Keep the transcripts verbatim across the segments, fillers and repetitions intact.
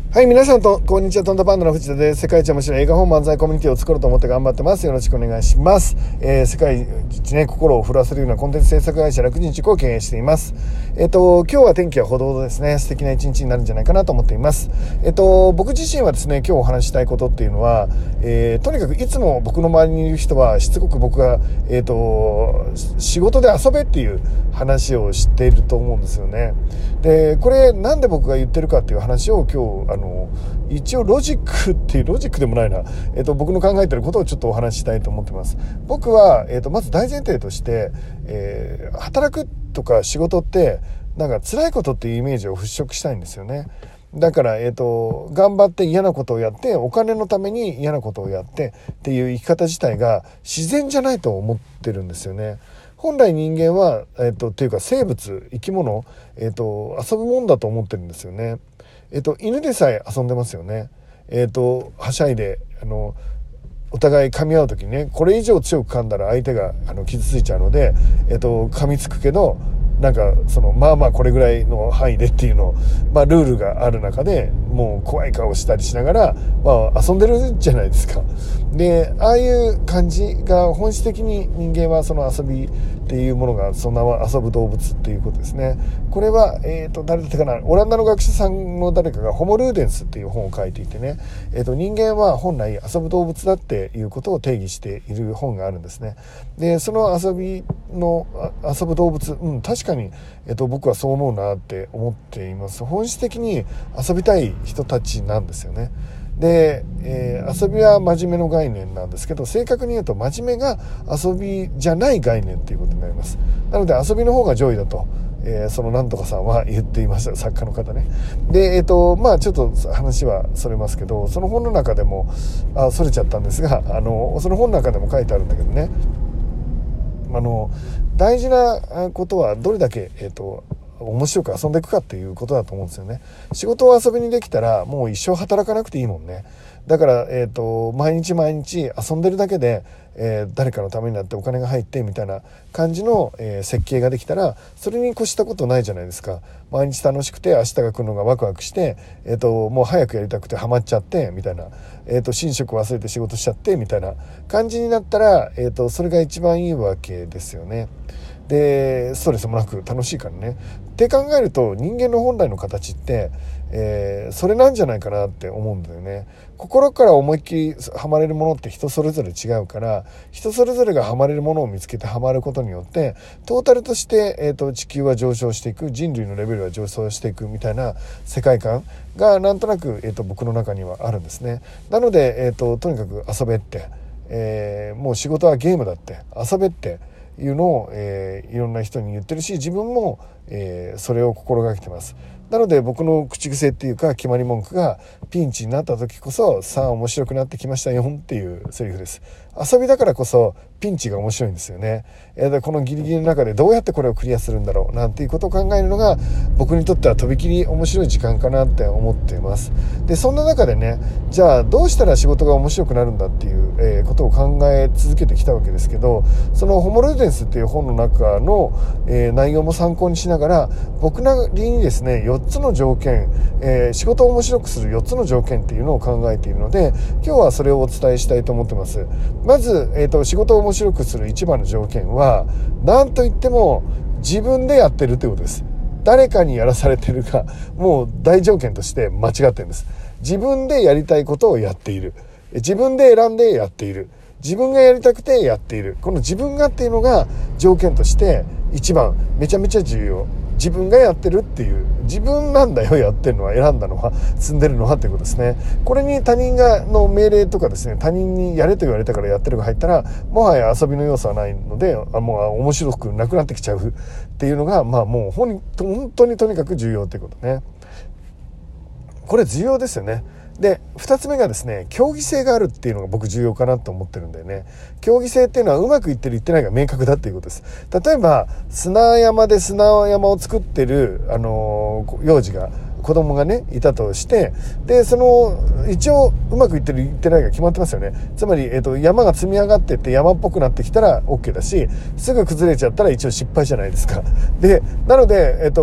はい、皆さんとこんにちは。トントパンダの藤田です。世界一面白い映画本漫才コミュニティを作ろうと思って頑張ってます。よろしくお願いします。えー、世界一ね、心を震わせるようなコンテンツ制作会社楽人塾を経営しています。えっ、ー、と、今日は天気はほどほどですね。素敵な一日になるんじゃないかなと思っています。えっ、ー、と、僕自身はですね、今日お話したいことっていうのは、えー、とにかくいつも僕の周りにいる人はしつこく僕が、えっ、ー、と、仕事で遊べっていう話をしていると思うんですよね。で、これなんで僕が言ってるかっていう話を今日、あの、一応ロジックっていうロジックでもないな、えっと、僕の考えていることをちょっとお話ししたいと思ってます。僕は、えっと、まず大前提として、えー、働くとか仕事ってなんか辛いことっていうイメージを払拭したいんですよね。だから、えっと、頑張って嫌なことをやってお金のために嫌なことをやってっていう生き方自体が自然じゃないと思ってるんですよね。本来人間は、えっと、っていうか生物生き物、えっと、遊ぶもんだと思ってるんですよね。えっと、犬でさえ遊んでますよね。えっと、はしゃいで、あの、お互い噛み合うときにね、これ以上強く噛んだら相手があの傷ついちゃうので、えっと、噛みつくけど、なんか、その、まあまあこれぐらいの範囲でっていうのを、まあルールがある中で、もう怖い顔したりしながら、まあ遊んでるじゃないですか。で、ああいう感じが本質的に人間はその遊びっていうものがそのまま遊ぶ動物っていうことですね。これは、えっと、誰だったかな、オランダの学者さんの誰かがホモルーデンスっていう本を書いていてね、えっと、人間は本来遊ぶ動物だっていうことを定義している本があるんですね。で、その遊びの、遊ぶ動物、うん、確かに、えっと、僕はそう思うなって思っています。本質的に遊びたい人たちなんですよね。で、えー、遊びは真面目の概念なんですけど、正確に言うと真面目が遊びじゃない概念っていうことになります。なので遊びの方が上位だと、えー、そのなんとかさんは言っていました。作家の方ね。で、えっと、まあちょっと話はそれますけど、その本の中でも、あ、それちゃったんですが、あの、その本の中でも書いてあるんだけどね、あの、大事なことはどれだけ、えっと、面白く遊んでいくかっていうことだと思うんですよね。仕事を遊びにできたらもう一生働かなくていいもんね。だから、えっと、毎日毎日遊んでるだけで、えー、誰かのためになってお金が入ってみたいな感じの、えー、設計ができたら、それに越したことないじゃないですか。毎日楽しくて明日が来るのがワクワクして、えっと、もう早くやりたくてハマっちゃってみたいな、えっと、寝食忘れて仕事しちゃってみたいな感じになったら、えっと、それが一番いいわけですよね。で、ストレスもなく楽しいからねって考えると、人間の本来の形って、えー、それなんじゃないかなって思うんだよね。心から思いっきりハマれるものって人それぞれ違うから、人それぞれがハマれるものを見つけてハマることによって、トータルとして、えーと、地球は上昇していく、人類のレベルは上昇していくみたいな世界観がなんとなく、えーと、僕の中にはあるんですね。なので、えーと、とにかく遊べって、えー、もう仕事はゲームだって遊べっていうのを、えー、いろんな人に言ってるし、自分も、えー、それを心がけてます。なので僕の口癖っていうか決まり文句が、ピンチになった時こそさあ面白くなってきましたよっていうセリフです。遊びだからこそピンチが面白いんですよね。えー、このギリギリの中でどうやってこれをクリアするんだろうなんていうことを考えるのが、僕にとってはとびきり面白い時間かなって思っています。で、そんな中でね、じゃあどうしたら仕事が面白くなるんだっていう、えー、ことを考え続けてきたわけですけど、そのホモルーデンスっていう本の中の、えー、内容も参考にしながら、僕なりにですね、よっつの条件、えー、仕事を面白くするよっつの条件っていうのを考えているので、今日はそれをお伝えしたいと思ってます。まず、えーと、仕事を面白くする一番の条件は、なんといっても自分でやってるということです。誰かにやらされてるがもう大条件として間違ってるんです。自分でやりたいことをやっている、自分で選んでやっている、自分がやりたくてやっている、この自分がっていうのが条件として一番めちゃめちゃ重要。自分がやってるっていう、自分なんだよやってるのは、選んだのは、住んでるのはっていうことですね。これに他人がの命令とかですね、他人にやれと言われたからやってるが入ったら、もはや遊びの要素はないので、あ、もう面白くなくなってきちゃうっていうのが、まあもう本当にとにかく重要っていうことね。これ重要ですよね。で、二つ目がですね、競技性があるっていうのが僕重要かなと思ってるんだよね。競技性っていうのはうまくいってるいってないが明確だっていうことです。例えば砂山で砂山を作ってるあのー、幼児が子供がねいたとして、でその一応うまくいってるいってないが決まってますよね。つまり、えーと、山が積み上がってって山っぽくなってきたら OK だし、すぐ崩れちゃったら一応失敗じゃないですか。でなので、えーと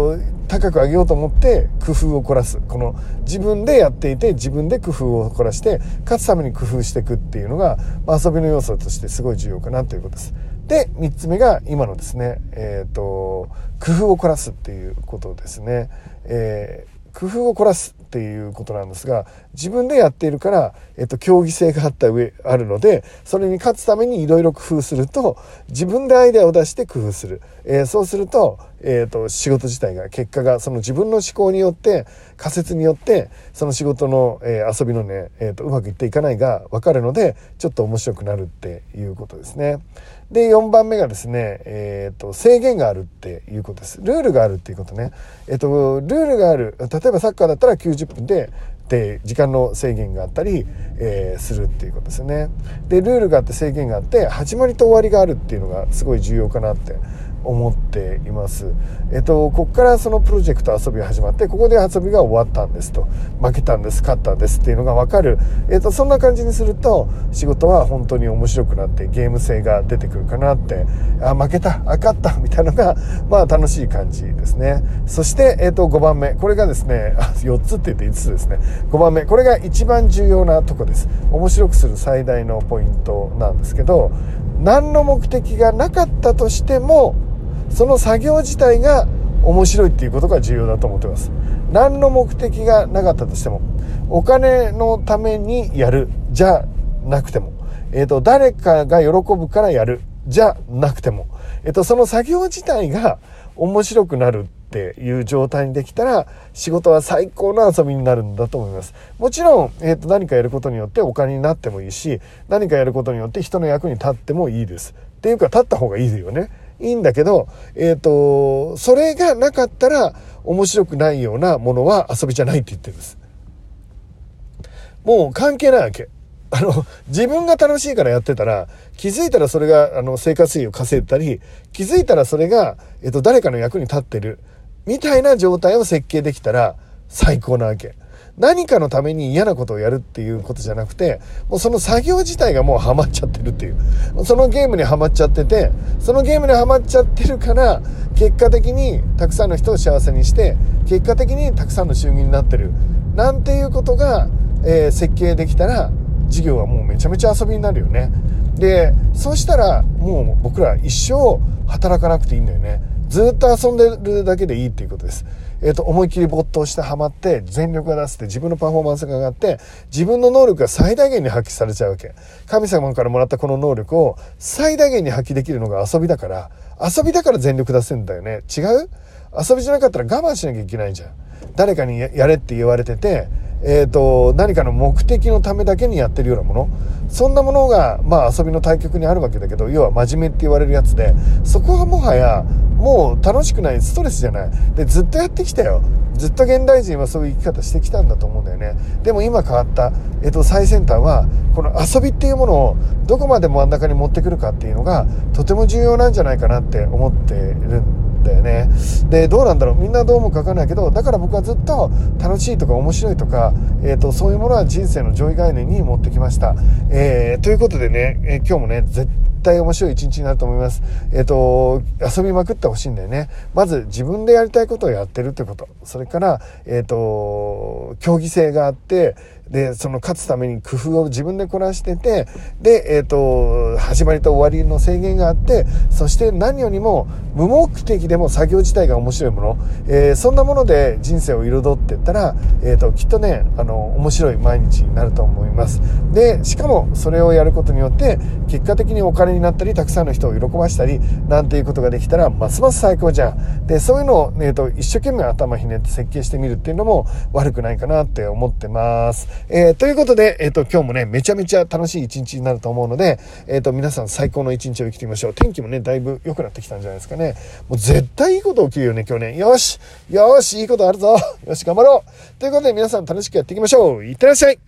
高く上げようと思って工夫を凝らす。この自分でやっていて自分で工夫を凝らして勝つために工夫していくっていうのが、まあ、遊びの要素としてすごい重要かなということです。でみっつめが今のですね、えーと、工夫を凝らすっていうことですね。えー工夫を凝らすっていうことなんですが、自分でやっているから、えっと、競技性があった上、あるので、それに勝つためにいろいろ工夫すると、自分でアイデアを出して工夫する。えー、そうすると、えっと、仕事自体が、結果が、その自分の思考によって、仮説によって、その仕事の、えー、遊びのね、えっと、うまくいっていかないが分かるので、ちょっと面白くなるっていうことですね。で、よんばんめがですね、えっと、制限があるっていうことです。ルールがあるっていうことね。えっと、ルールがある。例えばサッカーだったらきゅうじゅっぷんで、で時間の制限があったり、えー、するっていうことですね。でルールがあって制限があって始まりと終わりがあるっていうのがすごい重要かなって思っています。えっとここからそのプロジェクト遊びが始まって、ここで遊びが終わったんですと、負けたんです、勝ったんですっていうのが分かる。えっとそんな感じにすると仕事は本当に面白くなってゲーム性が出てくるかなって、あ負けた、あ勝ったみたいなのがまあ楽しい感じですね。そしてえっとごばんめ、これがですね、あよっつって言っていつつですね。ごばんめ、これが一番重要なとこです。面白くする最大のポイントなんですけど、何の目的がなかったとしてもその作業自体が面白いっていうことが重要だと思ってます。何の目的がなかったとしても、お金のためにやるじゃなくても、えっと誰かが喜ぶからやるじゃなくても、えっとその作業自体が面白くなるっていう状態にできたら仕事は最高の遊びになるんだと思います。もちろん、えーと、何かやることによってお金になってもいいし、何かやることによって人の役に立ってもいいです。っていうか立った方がいいですよね。いいんだけど、えーと、それがなかったら面白くないようなものは遊びじゃないって言ってるんです。もう関係ないわけ。あの自分が楽しいからやってたら、気づいたらそれがあの生活費を稼いだり、気づいたらそれが、えっと、誰かの役に立ってるみたいな状態を設計できたら最高なわけ。何かのために嫌なことをやるっていうことじゃなくて、もうその作業自体がもうハマっちゃってるっていう、そのゲームにハマっちゃってて、そのゲームにハマっちゃってるから結果的にたくさんの人を幸せにして、結果的にたくさんの収入になってるなんていうことが、えー、設計できたら事業はもうめちゃめちゃ遊びになるよね。でそうしたらもう僕ら一生働かなくていいんだよね。ずっと遊んでるだけでいいっていうことです。えっと思いっきり没頭してハマって全力が出せて自分のパフォーマンスが上がって自分の能力が最大限に発揮されちゃうわけ。神様からもらったこの能力を最大限に発揮できるのが遊びだから、遊びだから全力出せるんだよね。違う？遊びじゃなかったら我慢しなきゃいけないじゃん。誰かにやれって言われてて、えーと、何かの目的のためだけにやってるようなもの、そんなものが、まあ、遊びの対極にあるわけだけど、要は真面目って言われるやつで、そこはもはやもう楽しくない、ストレスじゃない。でずっとやってきたよ。ずっと現代人はそういう生き方してきたんだと思うんだよね。でも今変わった、えーと、最先端はこの遊びっていうものをどこまで真ん中に持ってくるかっていうのがとても重要なんじゃないかなって思ってるんだよね。でどうなんだろう、みんなどうも書かないけど、だから僕はずっと楽しいとか面白いとか、えーと、そういうものは人生の上位概念に持ってきました。えー、ということでね、えー、今日もね絶対面白い一日になると思います。えっと遊びまくってほしいんだよね。まず自分でやりたいことをやってるってこと、それからえっと競技性があって、でその勝つために工夫を自分でこなしてて、でえっと始まりと終わりの制限があって、そして何よりも無目的でも作業自体が面白いもの、えー、そんなもので人生を彩っていったら、えーときっとねあの面白い毎日になると思います。でしかもそれをやることによって結果的にお金になったり、たくさんの人を喜ばしたりなんていうことができたらますます最高じゃん。でそういうのを、えーと一生懸命頭ひねって設計してみるっていうのも悪くないかなって思ってます。えー、ということで、えーと今日もねめちゃめちゃ楽しい一日になると思うので、えーと皆さん最高の一日を生きてみましょう。天気もねだいぶ良くなってきたんじゃないですかね。もう絶対いいこと起きるよね今日ね。よしよしいいことあるぞ。よし頑張ろうということで皆さん楽しくやっていきましょう。いってらっしゃい。